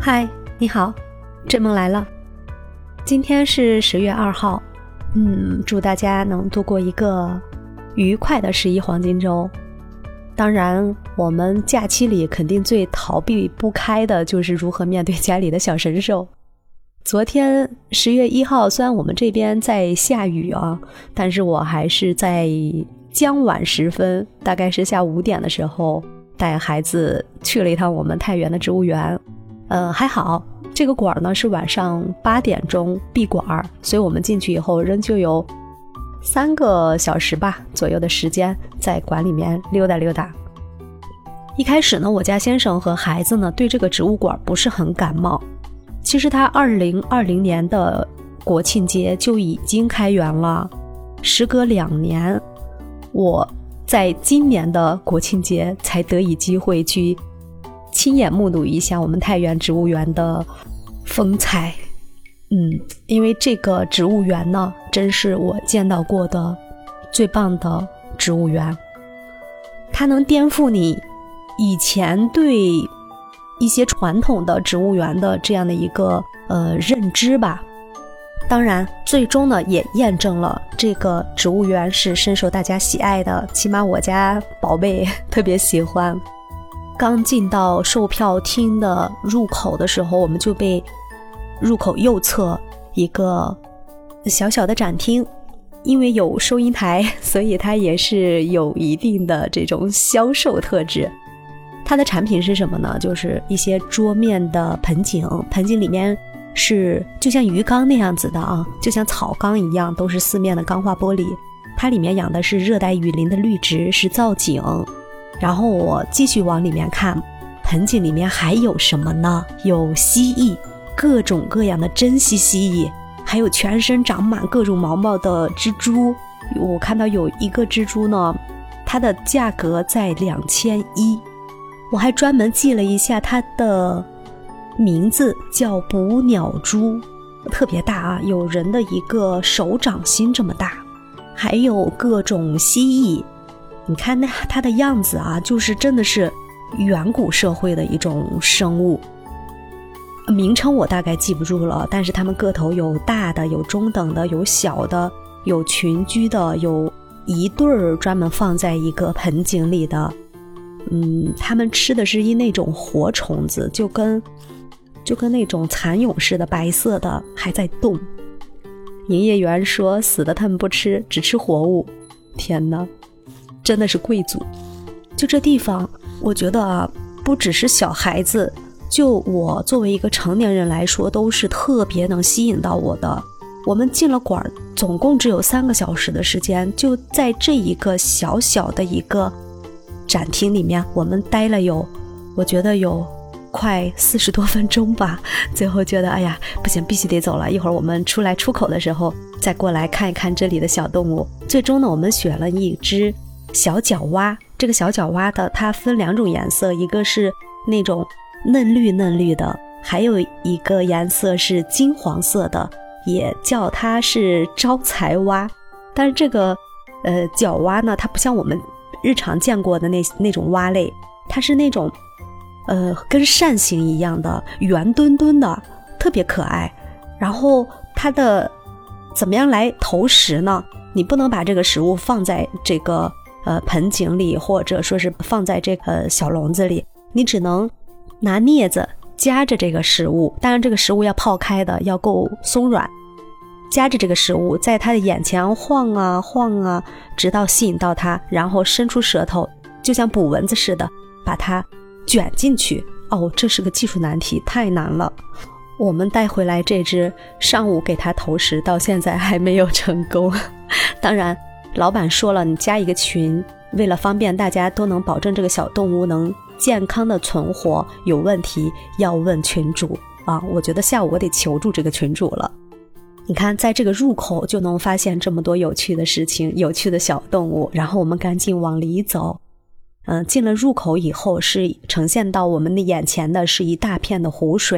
嗨，你好，追梦来了。今天是10月2号，祝大家能度过一个愉快的11黄金周。当然，我们假期里肯定最逃避不开的就是如何面对家里的小神兽。昨天10月1号，虽然我们这边在下雨啊，但是我还是在将晚时分，大概是下午5点的时候，带孩子去了一趟我们太原的植物园。还好，这个馆呢是晚上8点钟闭馆，所以我们进去以后仍旧有3个小时吧左右的时间在馆里面溜达溜达。一开始呢，我家先生和孩子呢对这个植物馆不是很感冒。其实他2020年的国庆节就已经开园了，时隔2年，我在今年的国庆节才得以机会去亲眼目睹一下我们太原植物园的风采。因为这个植物园呢，真是我见到过的最棒的植物园。它能颠覆你以前对一些传统的植物园的这样的一个认知吧。当然最终呢也验证了这个植物园是深受大家喜爱的，起码我家宝贝特别喜欢。刚进到售票厅的入口的时候，我们就被入口右侧一个小小的展厅，因为有收银台，所以它也是有一定的这种销售特质。它的产品是什么呢？就是一些桌面的盆景，盆景里面是就像鱼缸那样子的啊，就像草缸一样，都是4面的钢化玻璃。它里面养的是热带雨林的绿植，是造景。然后我继续往里面看，盆景里面还有什么呢？有蜥蜴，各种各样的珍稀蜥蜴，还有全身长满各种毛毛的蜘蛛。我看到有一个蜘蛛呢，它的价格在2100。我还专门记了一下它的名字，叫捕鸟蛛，特别大啊，有人的一个手掌心这么大。还有各种蜥蜴，你看它的样子啊，就是真的是远古社会的一种生物。名称我大概记不住了，但是它们个头有大的，有中等的，有小的，有群居的，有一对儿专门放在一个盆景里的。他们吃的是那种活虫子，就跟那种蚕蛹似的，白色的还在动。营业员说死的他们不吃，只吃活物。天哪，真的是贵族。就这地方，我觉得啊，不只是小孩子，就我作为一个成年人来说，都是特别能吸引到我的。我们进了馆，总共只有3个小时的时间，就在这一个小小的一个展厅里面，我们待了我觉得有快40多分钟吧。最后觉得哎呀不行，必须得走了，一会儿我们出口的时候再过来看一看这里的小动物。最终呢，我们选了一只小角蛙。这个小角蛙的它分2种颜色，一个是那种嫩绿的，还有一个颜色是金黄色的，也叫它是招财蛙。但是这个角蛙呢，它不像我们日常见过的那种蛙类，它是那种跟扇形一样的圆墩墩的，特别可爱。然后它的怎么样来投食呢？你不能把这个食物放在这个盆景里，或者说是放在这个小笼子里，你只能拿镊子夹着这个食物，当然这个食物要泡开的，要够松软，夹着这个食物在它的眼前晃啊晃啊，直到吸引到它，然后伸出舌头，就像捕蚊子似的把它卷进去。这是个技术难题，太难了。我们带回来这只，上午给它投食，到现在还没有成功。当然老板说了，你加一个群，为了方便大家都能保证这个小动物能健康的存活，有问题要问群主啊。我觉得下午我得求助这个群主了。你看在这个入口就能发现这么多有趣的事情，有趣的小动物。然后我们赶紧往里走。进了入口以后，是呈现到我们的眼前的是一大片的湖水，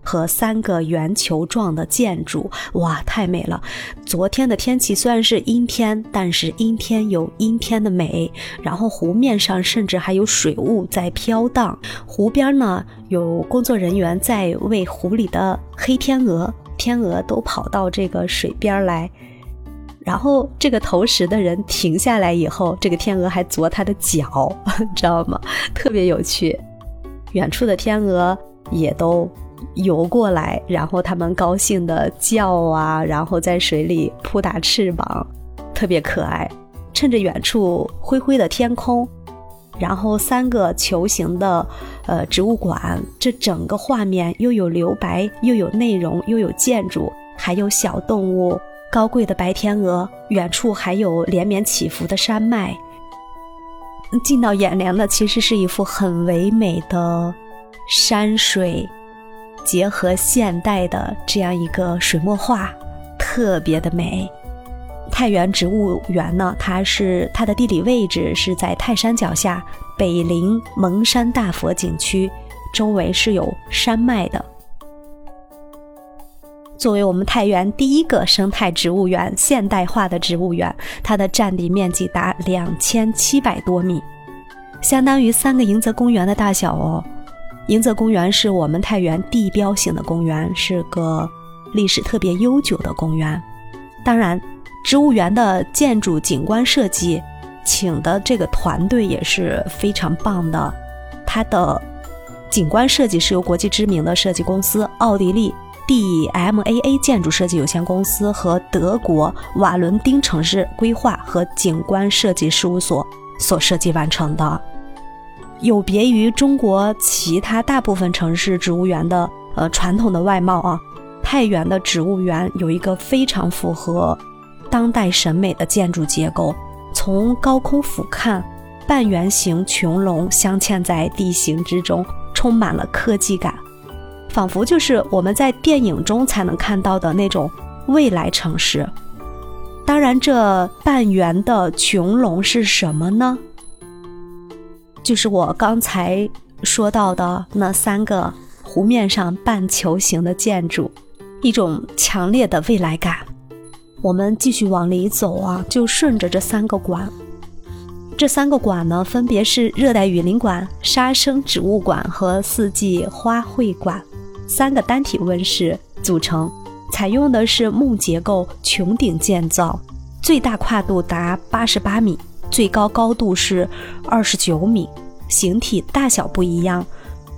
和3个圆球状的建筑，哇，太美了。昨天的天气虽然是阴天，但是阴天有阴天的美，然后湖面上甚至还有水雾在飘荡，湖边呢有工作人员在喂湖里的黑天鹅，天鹅都跑到这个水边来，然后这个投食的人停下来以后，这个天鹅还啄它的脚，知道吗？特别有趣。远处的天鹅也都游过来，然后它们高兴地叫啊，然后在水里扑打翅膀，特别可爱。趁着远处灰灰的天空，然后3个球形的植物馆，这整个画面又有留白，又有内容，又有建筑，还有小动物，高贵的白天鹅，远处还有连绵起伏的山脉。进到眼帘的其实是一幅很唯美的山水结合现代的这样一个水墨画，特别的美。太原植物园呢，它的地理位置是在泰山脚下，北临蒙山大佛景区，周围是有山脉的。作为我们太原第一个生态植物园，现代化的植物园，它的占地面积达2700多米，相当于3个迎泽公园的大小哦。迎泽公园是我们太原地标性的公园，是个历史特别悠久的公园。当然，植物园的建筑景观设计请的这个团队也是非常棒的，它的景观设计是由国际知名的设计公司奥地利DMAA 建筑设计有限公司和德国瓦伦丁城市规划和景观设计事务所所设计完成的。有别于中国其他大部分城市植物园的传统的外貌啊，太原的植物园有一个非常符合当代审美的建筑结构，从高空俯瞰，半圆形穹隆镶嵌在地形之中，充满了科技感，仿佛就是我们在电影中才能看到的那种未来城市。当然，这半圆的穹隆是什么呢？就是我刚才说到的那3个湖面上半球形的建筑，一种强烈的未来感。我们继续往里走啊，就顺着这3个馆。这3个馆呢，分别是热带雨林馆、沙生植物馆和四季花卉馆，3个单体温室组成，采用的是木结构穹顶建造，最大跨度达88米，最高高度是29米，形体大小不一样。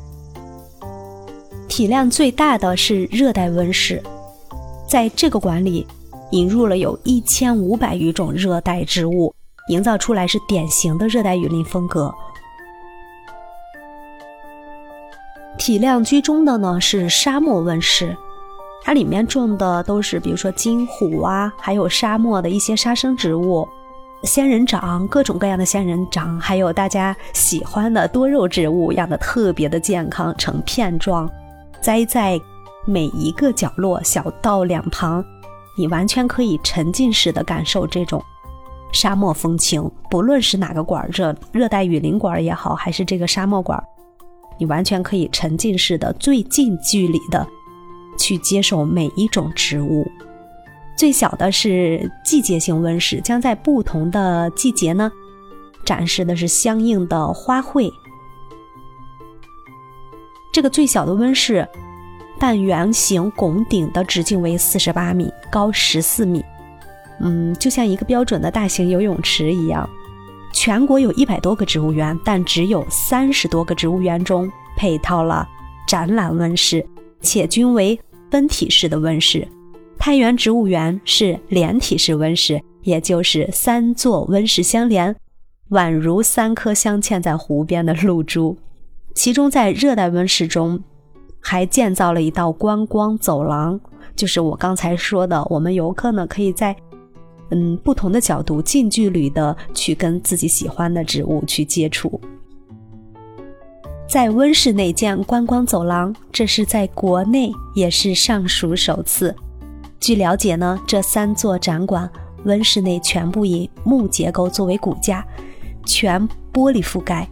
体量最大的是热带温室，在这个馆里引入了有1500余种热带植物，营造出来是典型的热带雨林风格。体量居中的呢是沙漠温室，它里面种的都是比如说金虎啊，还有沙漠的一些沙生植物，仙人掌，各种各样的仙人掌，还有大家喜欢的多肉植物，养得特别的健康，成片状，栽在每一个角落，小道两旁，你完全可以沉浸式的感受这种沙漠风情。不论是哪个馆，热带雨林馆也好，还是这个沙漠馆，你完全可以沉浸式的最近距离的去接受每一种植物。最小的是季节性温室，将在不同的季节呢展示的是相应的花卉。这个最小的温室半圆形拱顶的直径为48米，高14米，就像一个标准的大型游泳池一样。全国有100多个植物园，但只有30多个植物园中配套了展览温室，且均为分体式的温室。太原植物园是连体式温室，也就是3座温室相连，宛如3颗镶嵌在湖边的露珠。其中在热带温室中还建造了一道观光走廊，就是我刚才说的，我们游客呢可以在不同的角度近距离的去跟自己喜欢的植物去接触。在温室内建观光走廊，这是在国内也是尚属首次。据了解呢，这3座展馆温室内全部以木结构作为骨架，全玻璃覆盖，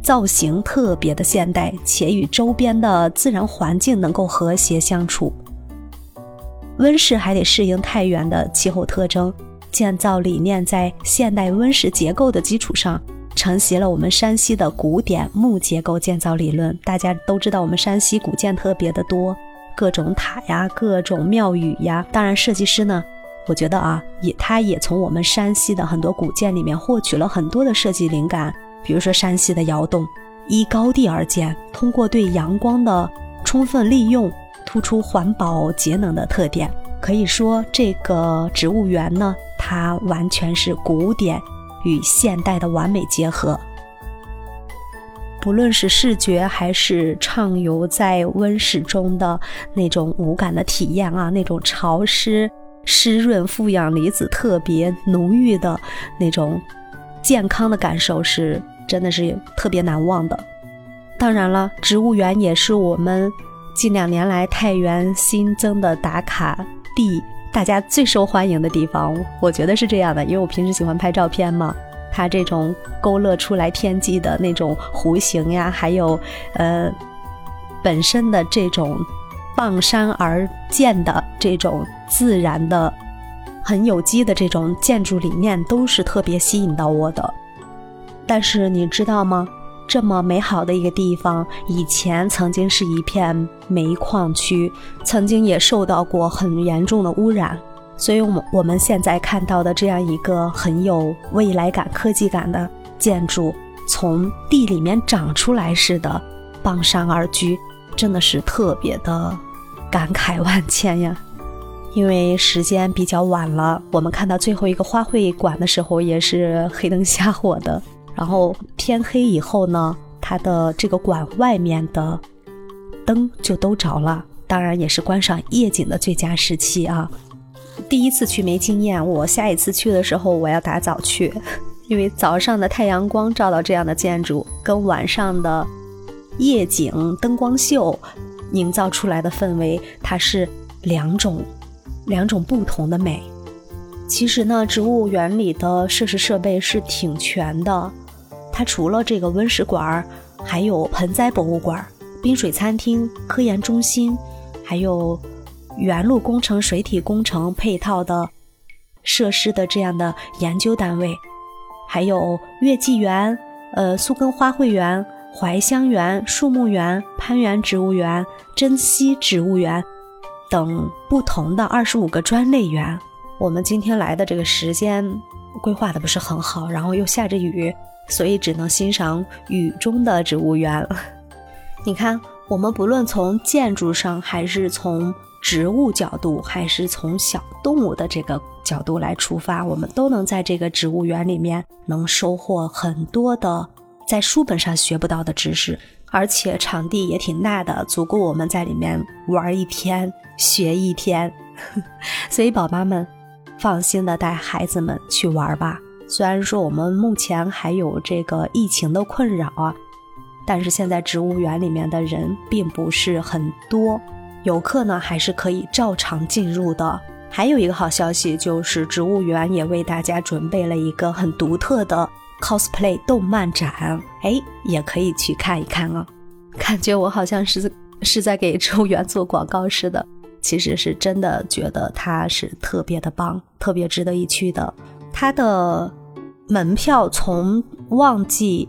造型特别的现代，且与周边的自然环境能够和谐相处。温室还得适应太原的气候特征，建造理念在现代温室结构的基础上承袭了我们山西的古典木结构建造理论。大家都知道我们山西古建特别的多，各种塔呀，各种庙宇呀。当然设计师呢，我觉得他也从我们山西的很多古建里面获取了很多的设计灵感。比如说山西的窑洞依高地而建，通过对阳光的充分利用，突出环保节能的特点。可以说这个植物园呢，它完全是古典与现代的完美结合。不论是视觉还是畅游在温室中的那种无感的体验那种潮湿湿润负氧离子特别浓郁的那种健康的感受，是真的是特别难忘的。当然了，植物园也是我们近2年来太原新增的打卡地，大家最受欢迎的地方。我觉得是这样的，因为我平时喜欢拍照片嘛，它这种勾勒出来天际的那种弧形呀，还有本身的这种傍山而建的这种自然的很有机的这种建筑理念，都是特别吸引到我的。但是你知道吗，这么美好的一个地方，以前曾经是一片煤矿区，曾经也受到过很严重的污染。所以我们现在看到的这样一个很有未来感科技感的建筑，从地里面长出来似的傍山而居，真的是特别的感慨万千呀。因为时间比较晚了，我们看到最后一个花卉馆的时候也是黑灯瞎火的，然后天黑以后呢，它的这个馆外面的灯就都着了，当然也是观赏夜景的最佳时期第一次去没经验，我下一次去的时候我要打早去，因为早上的太阳光照到这样的建筑，跟晚上的夜景灯光秀营造出来的氛围，它是两种不同的美。其实呢，植物园里的设施设备是挺全的，它除了这个温室馆，还有盆栽博物馆、冰水餐厅、科研中心，还有原路工程、水体工程配套的设施的这样的研究单位，还有月季园、苏根花卉园、怀香园、树木园、攀援植物园、珍稀植物园等不同的25个专类园。我们今天来的这个时间规划的不是很好，然后又下着雨，所以只能欣赏雨中的植物园。你看，我们不论从建筑上，还是从植物角度，还是从小动物的这个角度来出发，我们都能在这个植物园里面能收获很多的在书本上学不到的知识，而且场地也挺大的，足够我们在里面玩一天学一天。所以宝妈们放心的带孩子们去玩吧。虽然说我们目前还有这个疫情的困扰但是现在植物园里面的人并不是很多，游客呢还是可以照常进入的。还有一个好消息，就是植物园也为大家准备了一个很独特的 cosplay 动漫展，也可以去看一看感觉我好像是在给植物园做广告似的，其实是真的觉得它是特别的棒，特别值得一去的。它的门票从旺季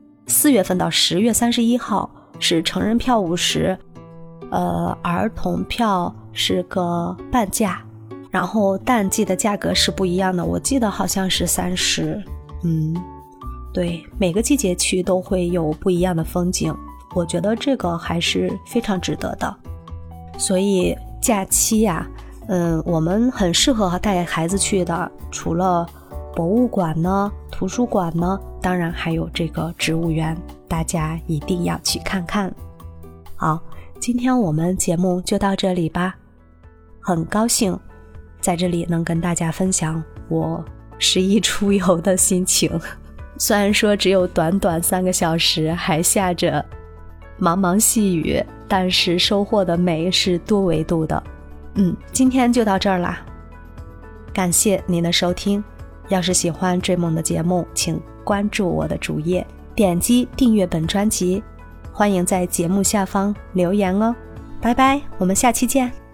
4月份到10月31号是成人票50，儿童票是个半价，然后淡季的价格是不一样的，我记得好像是30。对，每个季节去都会有不一样的风景，我觉得这个还是非常值得的。所以假期我们很适合带孩子去的，除了博物馆呢、图书馆呢，当然还有这个植物园，大家一定要去看看。好，今天我们节目就到这里吧。很高兴在这里能跟大家分享我11出游的心情，虽然说只有短短3个小时，还下着茫茫细雨，但是收获的美是多维度的。今天就到这儿啦，感谢您的收听。要是喜欢追梦的节目，请关注我的主页， 点击订阅本专辑，欢迎在节目下方留言哦。拜拜，我们下期见。